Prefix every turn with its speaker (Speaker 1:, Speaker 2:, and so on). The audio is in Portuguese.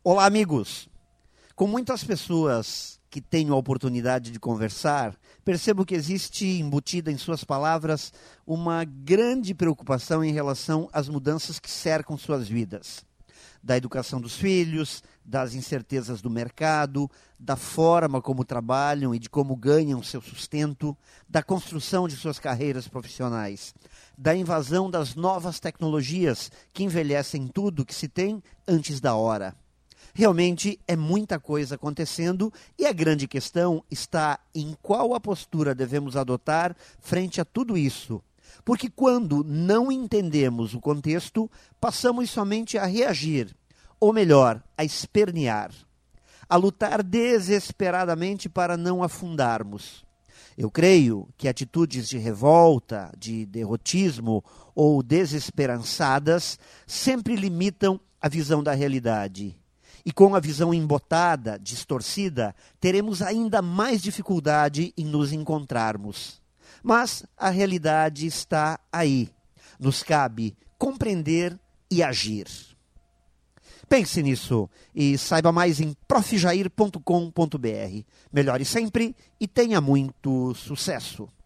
Speaker 1: Olá, amigos! Com muitas pessoas que tenho a oportunidade de conversar, percebo que existe embutida em suas palavras uma grande preocupação em relação às mudanças que cercam suas vidas. Da educação dos filhos, das incertezas do mercado, da forma como trabalham e de como ganham seu sustento, da construção de suas carreiras profissionais, da invasão das novas tecnologias que envelhecem tudo que se tem antes da hora. Realmente é muita coisa acontecendo e a grande questão está em qual a postura devemos adotar frente a tudo isso. Porque quando não entendemos o contexto, passamos somente a reagir, ou melhor, a espernear, a lutar desesperadamente para não afundarmos. Eu creio que atitudes de revolta, de derrotismo ou desesperançadas sempre limitam a visão da realidade. E com a visão embotada, distorcida, teremos ainda mais dificuldade em nos encontrarmos. Mas a realidade está aí. Nos cabe compreender e agir. Pense nisso e saiba mais em profjair.com.br. Melhore sempre e tenha muito sucesso.